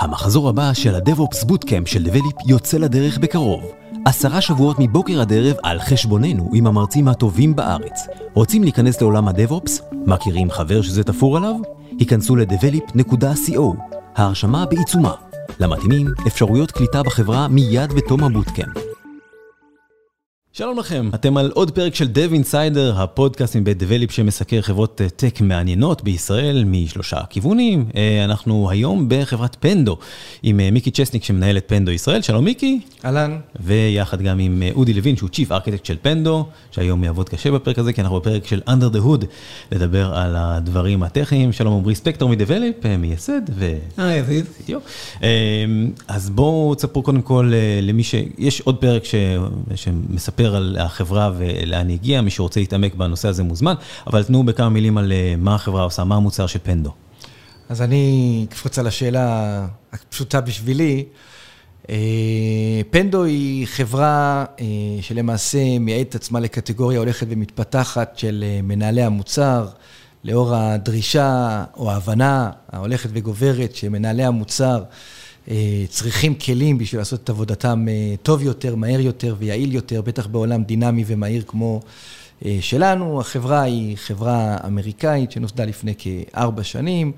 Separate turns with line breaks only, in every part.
המחזור הבא של ה-DevOps Bootcamp של Develop יוצא לדרך בקרוב. 10 שבועות מבוקר עד ערב על חשבוננו עם המרצים הטובים בארץ. רוצים להיכנס לעולם ה-DevOps? מכירים חבר שזה תפור עליו? היכנסו ל-develop.co. ההרשמה בעיצומה. למתאימים, אפשרויות קליטה בחברה מיד בתום הבוטקאמפ. שלום לכם, אתם על עוד פרק של Dev Insider, הפודקאסט מבית Develop שמסקר חברות טק מעניינות בישראל משלושה כיוונים. אנחנו היום בחברת פנדו עם מיקי צ'סניק שמנהל את פנדו ישראל. שלום מיקי.
אהלן.
ויחד גם עם אודי לוין שהוא Chief Architect של פנדו, שהיום יעבוד קשה בפרק הזה כי אנחנו בפרק של Under the Hood לדבר על הדברים הטכניים. שלום עמרי ספקטור מ-Develop, מייסד
היי אביב.
אז בואו תספרו קודם כל למי שיש עוד פרק שמספר על החברה ולאן הגיע, מי שרוצה להתעמק בנושא הזה מוזמן, אבל תנו בכמה מילים על מה החברה עושה, מה המוצר של פנדו.
אז אני אקפוץ על השאלה הפשוטה בשבילי. פנדו היא חברה שלמעשה מייעדת עצמה לקטגוריה הולכת ומתפתחת של מנהלי המוצר, לאור הדרישה או ההבנה ההולכת וגוברת שמנהלי המוצר צריכים כלים בשביל לעשות את עבודתם טוב יותר, מהר יותר ויעיל יותר, בטח בעולם דינמי ומהיר כמו שלנו. החברה היא חברה אמריקאית שנוסדה לפני כ4 שנים,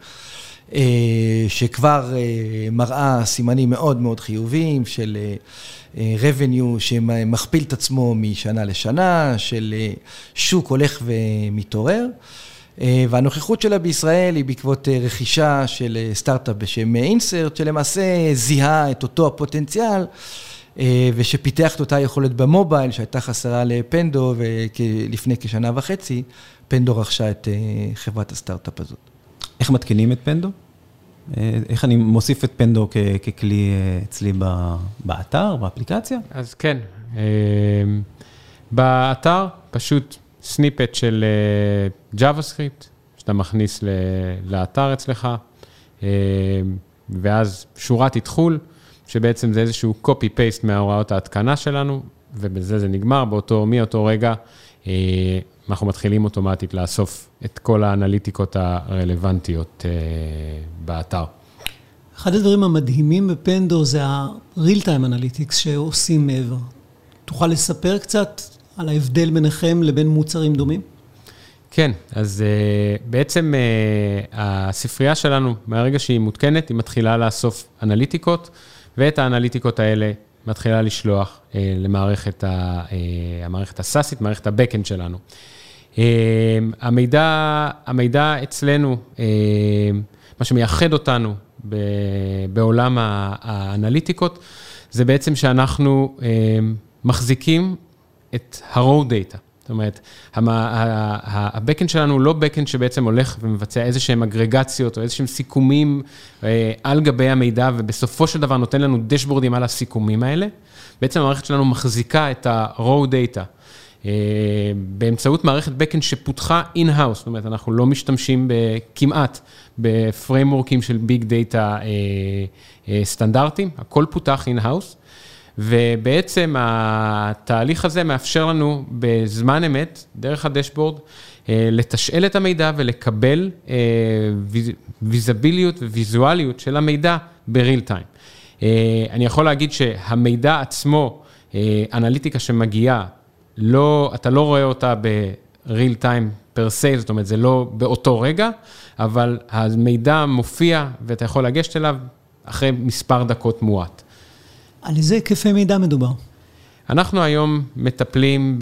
שכבר מראה סימנים מאוד מאוד חיוביים של revenue שמכפיל את עצמו משנה לשנה, של שוק הולך ומתעורר. והנוכחות שלה בישראל היא בעקבות רכישה של סטארט-אפ בשם אינסרט, שלמעשה זיהה את אותו הפוטנציאל, ושפיתח את אותה יכולת במובייל, שהייתה חסרה לפנדו, ולפני כשנה וחצי, פנדו רכשה את חברת הסטארט-אפ הזאת.
איך מתקינים את פנדו? איך אני מוסיף את פנדו ככלי אצלי באתר, באפליקציה?
אז כן, באתר פשוט סניפט של JavaScript, שאתה מכניס לאתר אצלך, ואז שורת התחול, שבעצם זה איזשהו copy-paste מההוראות ההתקנה שלנו, ובזה זה נגמר, מאותו רגע, אנחנו מתחילים אוטומטית לאסוף את כל האנליטיקות הרלוונטיות באתר.
אחד הדברים המדהימים בפנדו זה ה-real-time analytics שעושים מעבר. תוכל לספר קצת על ההבדל ביניכם לבין מוצרים דומים?
כן, אז בעצם הספרייה שלנו, מהרגע שהיא מותקנת, היא מתחילה לאסוף אנליטיקות, ואת האנליטיקות האלה מתחילה לשלוח למערכת המערכת הסאסית, מערכת הבקאנד שלנו. המידע אצלנו, מה שמייחד אותנו בעולם האנליטיקות, זה בעצם שאנחנו מחזיקים את ה-raw data. זאת אומרת, הבקאנד שלנו הוא לא בקאנד שבעצם הולך ומבצע איזשהם אגרגציות או איזשהם סיכומים על גבי המידע, ובסופו של דבר נותן לנו דשבורדים על הסיכומים האלה. בעצם המערכת שלנו מחזיקה את ה-raw data באמצעות מערכת בקאנד שפותחה in-house. זאת אומרת, אנחנו לא משתמשים כמעט בפריימורקים של ביג דאטה סטנדרטים, הכל פותח in-house. ובעצם התהליך הזה מאפשר לנו בזמן אמת, דרך הדשבורד, לתשאל את המידע ולקבל ויזביליות וויזואליות של המידע בריל טיים. אני יכול להגיד שהמידע עצמו, אנליטיקה שמגיעה, אתה לא רואה אותה בריל טיים פר סי, זאת אומרת, זה לא באותו רגע, אבל המידע מופיע ואתה יכול לגשת אליו אחרי מספר דקות מועט.
על איזה היקפי מידע מדובר?
אנחנו היום מטפלים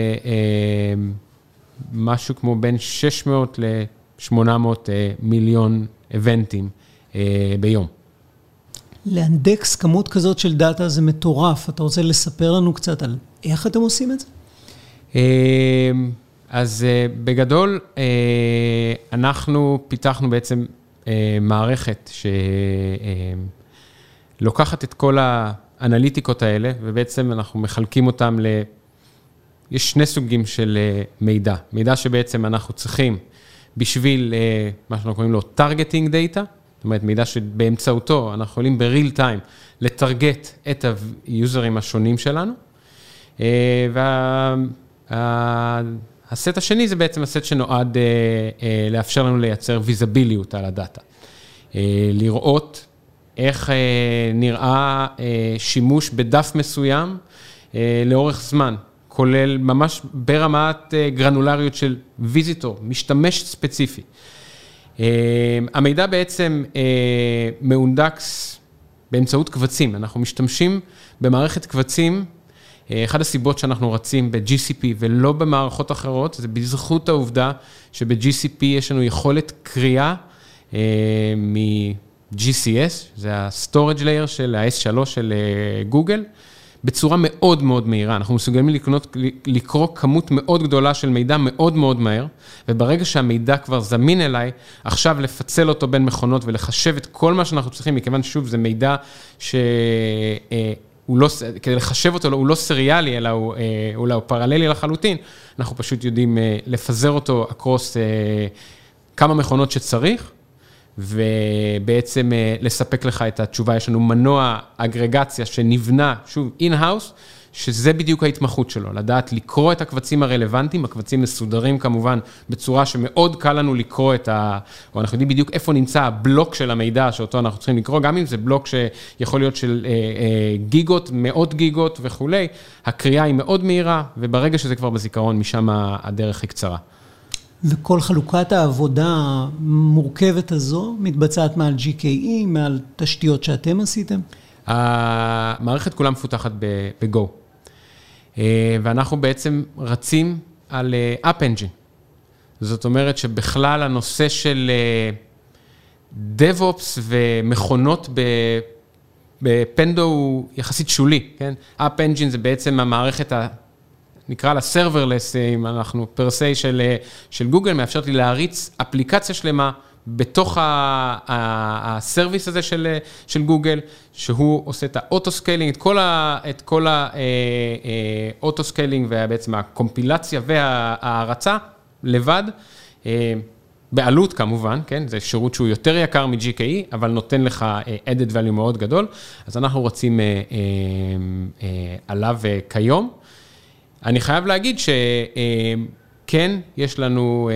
במשהו כמו בין 600 ל-800 מיליון איבנטים ביום.
לאנדקס כמות כזאת של דאטה זה מטורף. אתה רוצה לספר לנו קצת על איך אתם עושים את זה?
אז בגדול, אנחנו פיתחנו בעצם מערכת שלוקחת את כל האנליטיקות האלה, ובעצם אנחנו מחלקים אותם יש 2 סוגים של מידע. מידע שבעצם אנחנו צריכים בשביל מה שאנחנו קוראים לו targeting data, זאת אומרת מידע שבאמצעותו אנחנו יכולים בריל טיים לטרגט את היוזרים השונים שלנו, והסט השני זה בעצם הסט שנועד לאפשר לנו לייצר ויזביליות על הדאטה. לראות איך נראה שימוש בדף מסוים לאורך זמן, כולל ממש ברמת גרנולריות של ויזיטור, משתמש ספציפי. המידע בעצם מאונדקס באמצעות קבצים. אנחנו משתמשים במערכת קבצים, אחד הסיבות שאנחנו רצים ב-GCP ולא במערכות אחרות, זה בזכות העובדה שב-GCP יש לנו יכולת קריאה מ-GCS, זה ה-Storage Layer של ה-S3 של גוגל, בצורה מאוד מאוד מהירה. אנחנו מסוגלים לקרוא כמות מאוד גדולה של מידע מאוד מאוד מהר, וברגע שהמידע כבר זמין אליי, עכשיו לפצל אותו בין מכונות ולחשב את כל מה שאנחנו צריכים, מכיוון שוב זה מידע לא, כדי לחשב אותו, הוא לא סריאלי, אלא הוא פרללי לחלוטין, אנחנו פשוט יודעים לפזר אותו אקרוס כמה מכונות שצריך, ובעצם לספק לך את התשובה. יש לנו מנוע אגרגציה שנבנה, שוב, in-house, שזה בדיוק ההתמחות שלו, לדעת לקרוא את הקבצים הרלוונטיים, הקבצים מסודרים כמובן בצורה שמאוד קל לנו לקרוא או אנחנו יודעים בדיוק איפה נמצא הבלוק של המידע שאותו אנחנו צריכים לקרוא, גם אם זה בלוק שיכול להיות של גיגות, מאות גיגות וכולי, הקריאה היא מאוד מהירה, וברגע שזה כבר בזיכרון, משם הדרך היא קצרה.
וכל חלוקת העבודה המורכבת הזו מתבצעת מעל GKE, מעל תשתיות שאתם עשיתם?
המערכת כולה מפותחת ב-Go. ואנחנו בעצם רצים על App Engine. זאת אומרת שבכלל הנושא של DevOps ומכונות בפנדו הוא יחסית שולי, כן? App Engine זה בעצם המערכת נקרא לה serverless, אם אנחנו פרסי של גוגל, מאפשרת לי להריץ אפליקציה שלמה בתוך הסרוויס הזה של גוגל, שהוא עושה את האוטו-סקיילינג, את כל האוטו-סקיילינג, ובעצם הקומפילציה וההרצה לבד, בעלות כמובן, כן? זה שירות שהוא יותר יקר מ-GKE, אבל נותן לך added value מאוד גדול, אז אנחנו רוצים עליו כיום. אני חייב להגיד שכן, יש לנו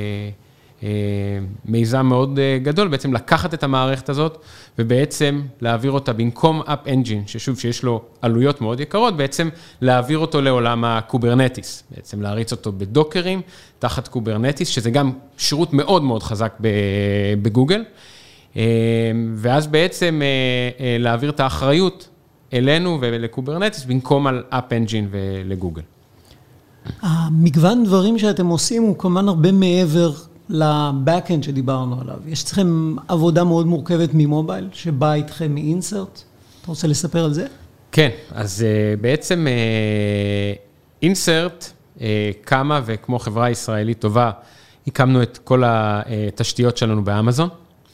מיזם מאוד גדול, בעצם לקחת את המערכת הזאת, ובעצם להעביר אותה במקום App Engine, ששוב שיש לו עלויות מאוד יקרות, בעצם להעביר אותו לעולם הקוברנטיס, בעצם להריץ אותו בדוקרים, תחת קוברנטיס, שזה גם שירות מאוד מאוד חזק בגוגל, ואז בעצם להעביר את האחריות אלינו ולקוברנטיס, במקום על App Engine ולגוגל.
המגוון דברים שאתם עושים הוא כמובן הרבה מעבר לבאק-אנד שדיברנו עליו. יש אצלכם עבודה מאוד מורכבת ממובייל, שבאה איתכם מאינסרט. אתה רוצה לספר על זה?
כן, אז בעצם אינסרט קמה, וכמו חברה ישראלית טובה, הקמנו את כל התשתיות שלנו באמזון,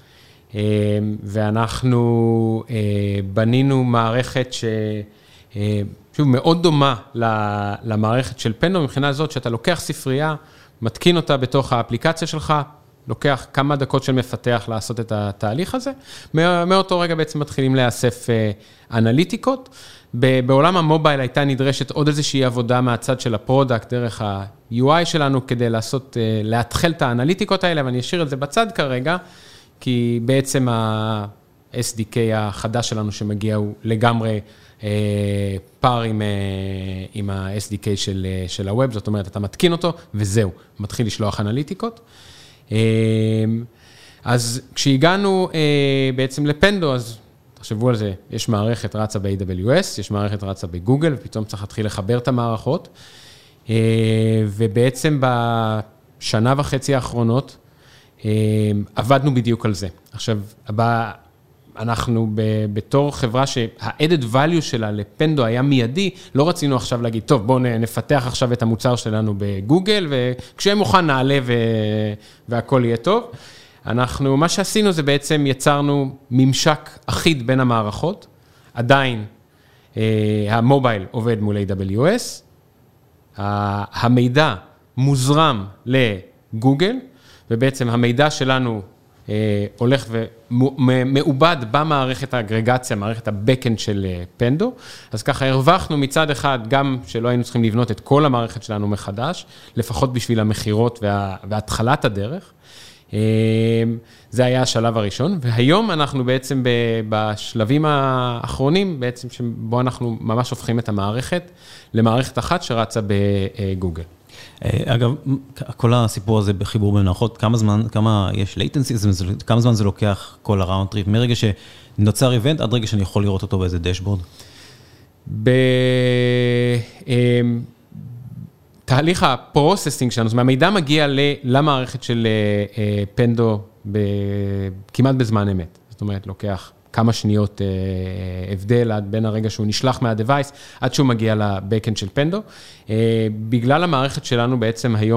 ואנחנו בנינו מערכת שוב מאוד דומה למערכת של פנדו, מבחינה זאת שאתה לוקח ספרייה, מתקין אותה בתוך האפליקציה שלך, לוקח כמה דקות של מפתח לעשות את התהליך הזה, מאותו רגע בעצם מתחילים לאסף אנליטיקות. בעולם המובייל הייתה נדרשת עוד איזושהי עבודה מהצד של הפרודקט, דרך ה-UI שלנו, כדי להתחיל את האנליטיקות האלה, ואני אשאיר את זה בצד כרגע, כי בעצם ה-SDK החדש שלנו שמגיע הוא לגמרי פער עם ה-SDK של הווב, זאת אומרת, אתה מתקין אותו, וזהו, מתחיל לשלוח אנליטיקות. אז כשהגענו בעצם לפנדו, אז תחשבו על זה, יש מערכת רצה ב-AWS, יש מערכת רצה בגוגל, ופתאום צריך להתחיל לחבר את המערכות, ובעצם בשנה וחצי האחרונות, עבדנו בדיוק על זה. עכשיו, אנחנו בתור חברה שה-added value שלה לפנדו היה מיידי, לא רצינו עכשיו להגיד, טוב, בואו נפתח עכשיו את המוצר שלנו בגוגל, וכשהם מוכן נעלה והכל יהיה טוב. מה שעשינו זה בעצם יצרנו ממשק אחיד בין המערכות, עדיין המובייל עובד מול AWS, המידע מוזרם לגוגל, ובעצם המידע שלנו הולך ומעובד במערכת האגרגציה, מערכת הבקאנד של פנדו, אז ככה הרווחנו מצד אחד גם שלא היינו צריכים לבנות את כל המערכת שלנו מחדש, לפחות בשביל המחירות והתחלת הדרך, זה היה השלב הראשון, והיום אנחנו בעצם בשלבים האחרונים, בעצם שבו אנחנו ממש הופכים את המערכת למערכת אחת שרצה בגוגל.
אגב, כל הסיפור הזה בחיבור במערכות, כמה יש latency, כמה זמן זה לוקח כל הראונד טריפ, מרגע שנוצר איבנט עד רגע שאני יכול לראות אותו באיזה דשבורד?
תהליך הפרוססינג שלנו, זאת אומרת, המידע מגיע למערכת של פנדו כמעט בזמן אמת. זאת אומרת, לוקח כמה שניות הבדל עד בין הרגע שהוא נשלח מהדווייס, עד שהוא מגיע לבקאנד של פנדו. בגלל המערכת שלנו בעצם היום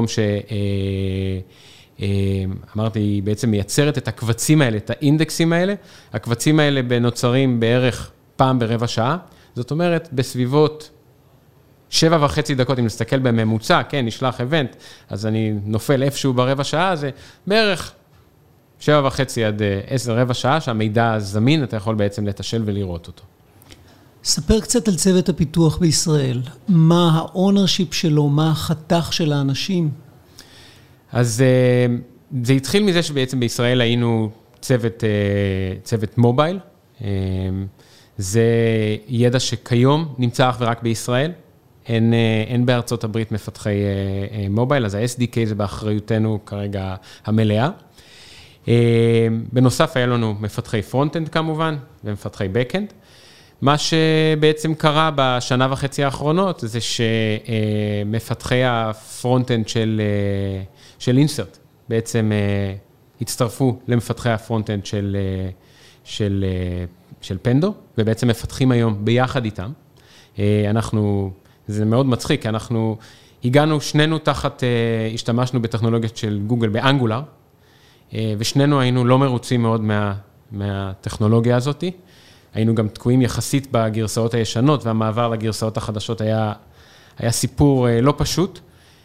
אמרתי, היא בעצם מייצרת את הקבצים האלה, את האינדקסים האלה. הקבצים האלה נוצרים בערך פעם ברבע שעה. זאת אומרת, בסביבות 7.5 דקות, אם נסתכל בממוצע, כן, נשלח איבנט, אז אני נופל איפשהו ברבע שעה, זה בערך 7.5 עד 10 רבע שעה, שהמידע זמין, אתה יכול בעצם לתשל ולראות אותו.
ספר קצת על צוות הפיתוח בישראל. מה האונרשיפ שלו, מה החתך של האנשים?
אז זה התחיל מזה שבעצם בישראל היינו צוות מובייל. זה ידע שכיום נמצא אך ורק בישראל. אין בארצות הברית מפתחי מובייל, אז ה-SDK זה באחריותנו כרגע המלאה. בנוסף היה לנו מפתחי פרונט-אנד כמובן, ומפתחי בק-אנד. מה שבעצם קרה בשנה וחצי האחרונות, זה שמפתחי הפרונט-אנד של אינסרט, בעצם הצטרפו למפתחי הפרונט-אנד של פנדו, ובעצם מפתחים היום ביחד איתם. זה מאוד מצחיק, כי אנחנו הגענו שנינו השתמשנו בטכנולוגיות של גוגל באנגולר, ושנינו היינו לא מרוצים מאוד מהטכנולוגיה הזאת. היינו גם תקועים יחסית בגרסאות הישנות, והמעבר לגרסאות החדשות היה סיפור לא פשוט,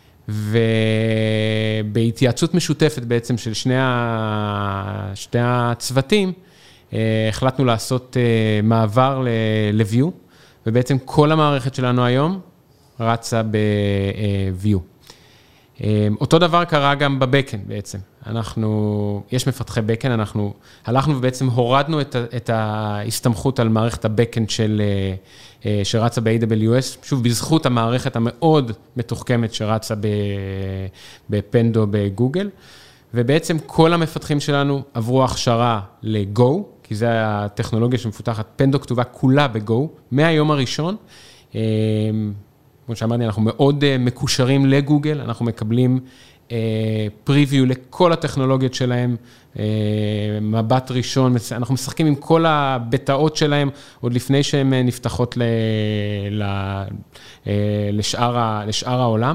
ובהתייעצות משותפת בעצם של שני הצוותים, החלטנו לעשות מעבר ל-View, ובעצם כל המערכת שלנו היום רצה ב-View. אותו דבר קרה גם בבקאנד בעצם. יש מפתחי בקאנד, אנחנו הלכנו ובעצם הורדנו את ההסתמכות על מערכת הבקאנד שרצה ב-AWS, שוב בזכות המערכת המאוד מתוחכמת שרצה בפנדו בגוגל, ובעצם כל המפתחים שלנו עברו הכשרה ל-Go, כי זו הטכנולוגיה שמפותחת, פנדו כתובה כולה ב-Go, מהיום הראשון, כמו שאמרתי, אנחנו מאוד מקושרים לגוגל, אנחנו מקבלים פריוויו לכל הטכנולוגיות שלהם, מבט ראשון, אנחנו משחקים עם כל הבטאות שלהם, עוד לפני שהן נפתחות לשאר העולם,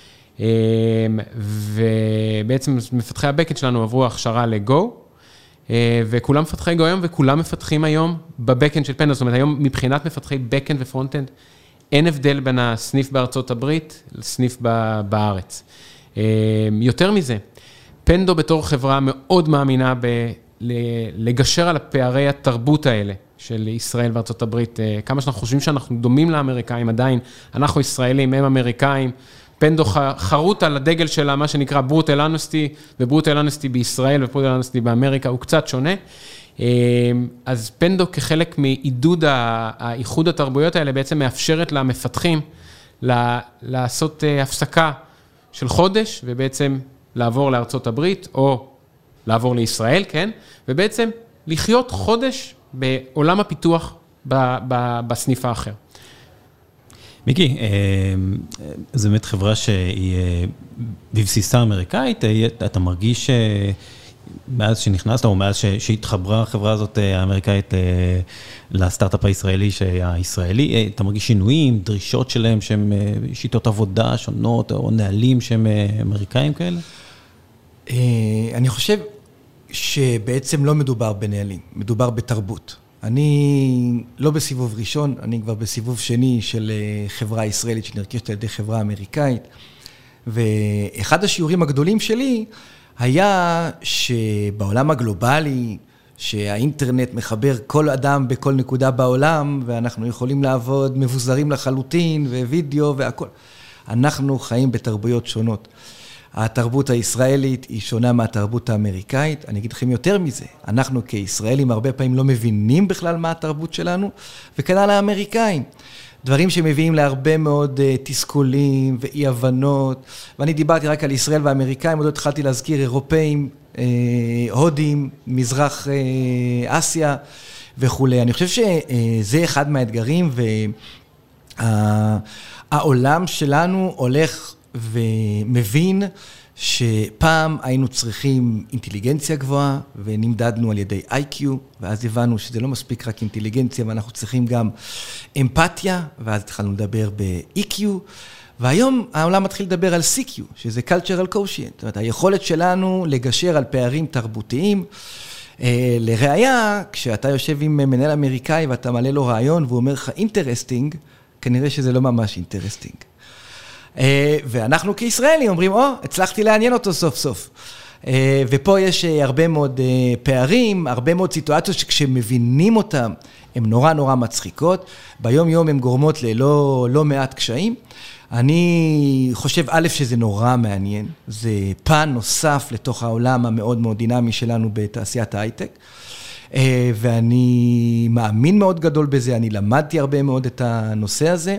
ובעצם מפתחי הבקאנד שלנו עברו הכשרה לגו, וכולם מפתחי גו היום, וכולם מפתחים היום בבקאנד של פנדו, זאת אומרת, היום מבחינת מפתחי בקאנד ופרונט-אנד, אין הבדל בין הסניף בארצות הברית לסניף בארץ. יותר מזה, פנדו בתור חברה מאוד מאמינה לגשר על הפערי התרבות האלה של ישראל וארצות הברית, כמה שאנחנו חושבים שאנחנו דומים לאמריקאים עדיין, אנחנו ישראלים, הם אמריקאים, פנדו חרוט על הדגל שלה, מה שנקרא ברוטל אנסטי, וברוטל אנסטי בישראל וברוטל אנסטי באמריקה הוא קצת שונה, אז פנדו כחלק מעידוד האיחוד התרבויות האלה בעצם מאפשרת למפתחים לעשות הפסקה של חודש ובעצם לעבור לארצות הברית או לעבור לישראל, כן? ובעצם לחיות חודש בעולם הפיתוח בסניף האחר.
מיקי, זו באמת חברה שהיא בבסיסה אמריקאית, אתה מרגיש מאז שנכנסת, או מאז שהתחברה החברה הזאת האמריקאית לסטארט-אפ הישראלי, שהישראלי, אתה מרגיש שינויים, דרישות שלהם, שהם שיטות עבודה שונות, או נהלים שהם אמריקאים כאלה?
אני חושב שבעצם לא מדובר בנהלים, מדובר בתרבות. אני לא בסיבוב ראשון, אני כבר בסיבוב שני של חברה ישראלית שנרכשת על ידי חברה אמריקאית, ואחד השיעורים הגדולים שלי היה שבעולם הגלובלי, שהאינטרנט מחבר כל אדם בכל נקודה בעולם, ואנחנו יכולים לעבוד מבוזרים לחלוטין, ווידאו והכל. אנחנו חיים בתרבויות שונות. התרבות הישראלית היא שונה מהתרבות האמריקאית. אני אגיד לכם יותר מזה, אנחנו כישראלים הרבה פעמים לא מבינים בכלל מה התרבות שלנו, וכנ"ל האמריקאים. דברים שמביאים להרבה מאוד תסכולים ואי הבנות, ואני דיברתי רק על ישראל והאמריקאים, עוד התחלתי להזכיר אירופאים, הודים, מזרח אסיה וכו'. אני חושב שזה אחד מהאתגרים, והעולם שלנו הולך ומבין שפעם היינו צריכים אינטליגנציה גבוהה, ונמדדנו על ידי IQ, ואז הבנו שזה לא מספיק רק אינטליגנציה, ואנחנו צריכים גם אמפתיה, ואז התחלנו לדבר ב-EQ, והיום העולם מתחיל לדבר על CQ, שזה Cultural Quotient, זאת אומרת, היכולת שלנו לגשר על פערים תרבותיים. לראיה, כשאתה יושב עם מנהל אמריקאי, ואתה מעלה לו רעיון, והוא אומר לך interesting, כנראה שזה לא ממש interesting. ואנחנו כישראלים אומרים, הצלחתי לעניין אותו סוף סוף. ופה יש הרבה מאוד פערים, הרבה מאוד סיטואציות שכשמבינים אותם, הן נורא נורא מצחיקות. ביום יום הן גורמות לא מעט קשיים. אני חושב א' שזה נורא מעניין, זה פן נוסף לתוך העולם המאוד מאוד דינמי שלנו בתעשיית ההייטק. ואני מאמין מאוד גדול בזה, אני למדתי הרבה מאוד את הנושא הזה.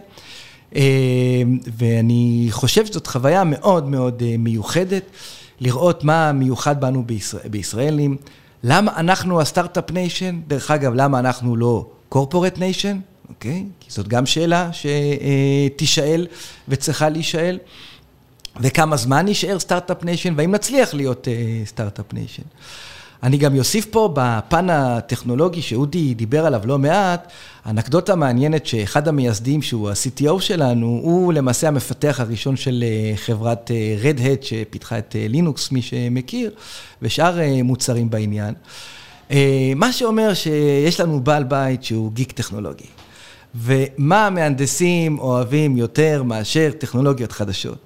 ואני חושב שזאת חוויה מאוד מאוד מיוחדת, לראות מה מיוחד בנו בישראלים, למה אנחנו הסטארט-אפ ניישן, דרך אגב, למה אנחנו לא קורפורט ניישן, אוקיי? כי זאת גם שאלה שתשאל וצריכה להישאל, וכמה זמן נשאר סטארט-אפ ניישן, והאם נצליח להיות סטארט-אפ ניישן. אני גם יוסיף פה בפן הטכנולוגי שאודי דיבר עליו לא מעט, אנקדוטה מעניינת שאחד המייסדים שהוא ה-CTO שלנו, הוא למעשה המפתח הראשון של חברת Red Hat שפיתחה את לינוקס, מי שמכיר, ושאר מוצרים בעניין. מה שאומר שיש לנו בעל בית שהוא גיק טכנולוגי. ומה המהנדסים אוהבים יותר מאשר טכנולוגיות חדשות.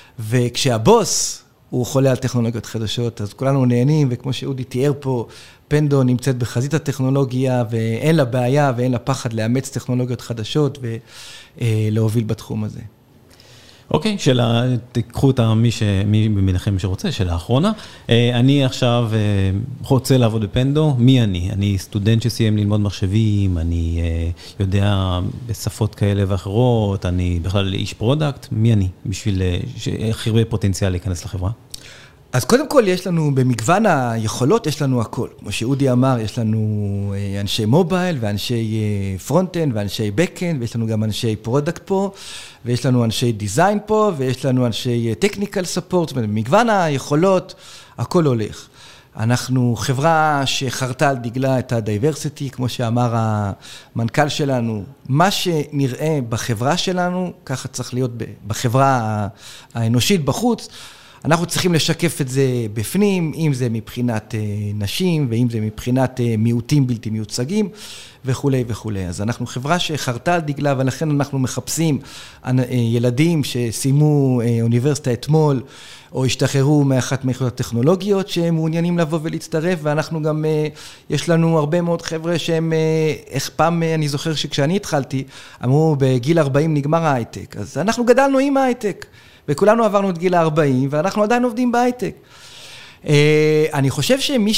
וכשהבוס הוא חולה על טכנולוגיות חדשות, אז כולנו נהנים, וכמו שאודי תיאר פה, פנדו נמצאת בחזית הטכנולוגיה, ואין לה בעיה ואין לה פחד לאמץ טכנולוגיות חדשות ולהוביל בתחום הזה.
אוקיי, שאלה, תיקחו אותה מי מביניכם שרוצה, שאלה האחרונה. אני עכשיו רוצה לעבוד בפנדו, מי אני? אני סטודנט שסיים ללמוד מחשבים, אני יודע בשפות כאלה ואחרות, אני בכלל איש פרודקט, מי אני? בשביל הכי הרבה פוטנציאל להיכנס לחברה.
אז קודם כל יש לנו, במגוון היכולות יש לנו הכל. כמו שאודי אמר, יש לנו אנשי מובייל ואנשי פרונט-אנד ואנשי בק-אנד, ויש לנו גם אנשי פרודקט פה, ויש לנו אנשי דיזיין פה, ויש לנו אנשי טכניקל ספורט, זאת אומרת, במגוון היכולות, הכל הולך. אנחנו חברה שחרתה על דגלה את הדייברסיטי, כמו שאמר המנכ"ל שלנו, מה שנראה בחברה שלנו, ככה צריך להיות בחברה האנושית בחוץ, אנחנו צריכים לשקף את זה בפנים, אם זה מבחינת נשים, ואם זה מבחינת מיעוטים בלתי מיוצגים, וכו' וכו'. אז אנחנו חברה שחרתה על דגלה, ולכן אנחנו מחפשים ילדים שסיימו אוניברסיטה אתמול, או השתחררו מאחת מהיחידות הטכנולוגיות, שהם מעוניינים לבוא ולהצטרף, ואנחנו גם, יש לנו הרבה מאוד חבר'ה שהם, איך פעם אני זוכר שכשאני התחלתי, אמרו בגיל 40 נגמר ההייטק, אז אנחנו גדלנו עם ההייטק. וכולנו עברנו את גיל ה-40, ואנחנו עדיין עובדים בהייטק. אני חושב שמי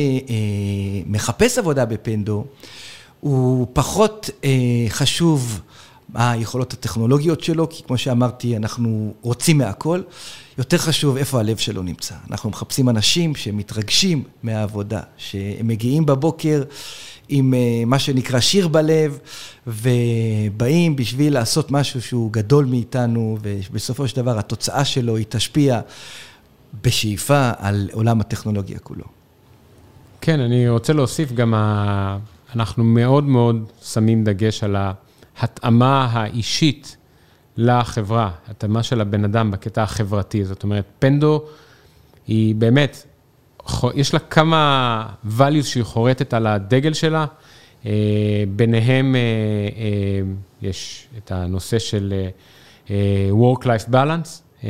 שמחפש עבודה בפנדו, הוא פחות חשוב מה היכולות הטכנולוגיות שלו, כי כמו שאמרתי, אנחנו רוצים מהכל. יותר חשוב איפה הלב שלו נמצא. אנחנו מחפשים אנשים שמתרגשים מהעבודה, שהם מגיעים בבוקר עם מה שנקרא שיר בלב, ובאים בשביל לעשות משהו שהוא גדול מאיתנו, ובסופו של דבר התוצאה שלו היא תשפיע בשאיפה על עולם הטכנולוגיה כולו.
כן, אני רוצה להוסיף גם, אנחנו מאוד מאוד שמים דגש על ההתאמה האישית לחברה, התאמה של הבן אדם בקטע החברתי. זאת אומרת, פנדו היא באמת, יש לה כמה values שהיא חורטת על הדגל שלה, ביניהם יש את הנושא של work-life balance,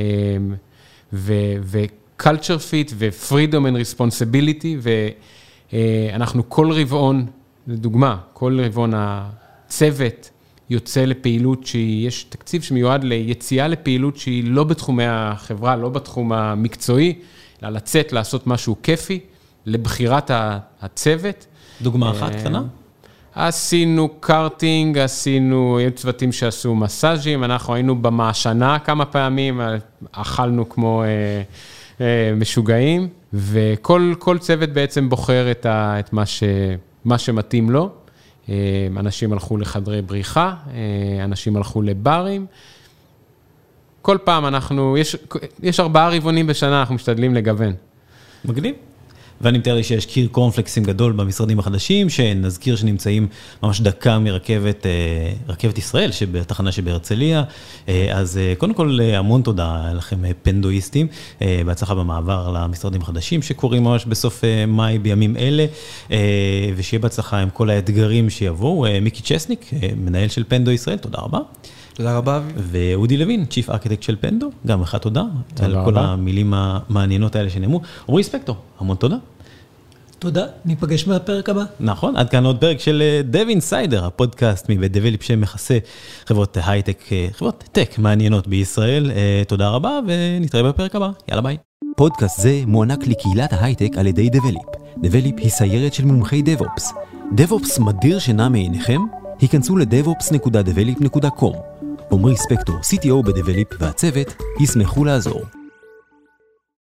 ו-culture fit, ו-freedom and responsibility, ואנחנו כל רבעון, לדוגמה, כל רבעון הצוות יוצא לפעילות יש תקציב שמיועד ליציאה לפעילות שהיא לא בתחומי החברה, לא בתחום המקצועי, אלא לצאת, לעשות משהו כיפי, לבחירת הצוות.
דוגמה אחת קטנה?
עשינו קארטינג, עשינו צוותים שעשו מסאז'ים, אנחנו היינו במעשנה כמה פעמים, אכלנו כמו משוגעים, וכל צוות בעצם בוחר את מה שמתאים לו. אנשים הלכו לחדרי בריחה, אנשים הלכו לברים. כל פעם יש 4 רבעונים בשנה, אנחנו משתדלים לגוון.
מגניב. ואני מתאר לי שיש קיר קורנפלקסים גדול במשרדים החדשים, שנזכיר שנמצאים ממש דקה רכבת ישראל, בתחנה שבהרצליה. אז קודם כל, המון תודה לכם פנדואיסטים, בהצלחה במעבר למשרדים החדשים, שקורים ממש בסוף מאי בימים אלה, ושיהיה בהצלחה עם כל האתגרים שיבואו. מיקי צ'סניק, מנהל של פנדו ישראל, תודה רבה.
תודה רבה.
ואודי לוין, צ'יפ ארכיטקט של פנדו, גם לך תודה. על כל המילים המעניינות האלה שנאמרו. עמרי ספקטור, המון תודה.
תודה, ניפגש בפרק הבא.
נכון, עד כאן עוד פרק של Dev Insider, הפודקאסט מבית דבליפ שמכסה חברות הייטק, חברות טק מעניינות בישראל. תודה רבה ונתראה בפרק הבא. יאללה ביי.
פודקאסט זה מוענק לקהילת ההייטק על ידי דבליפ. דבליפ היא סיירת של מומחי DevOps. DevOps מדיר שינה מעיניכם? היכנסו ל-devops.develop.com. עמרי ספקטור, CTO בדבליפ והצוות, ישמחו לעזור.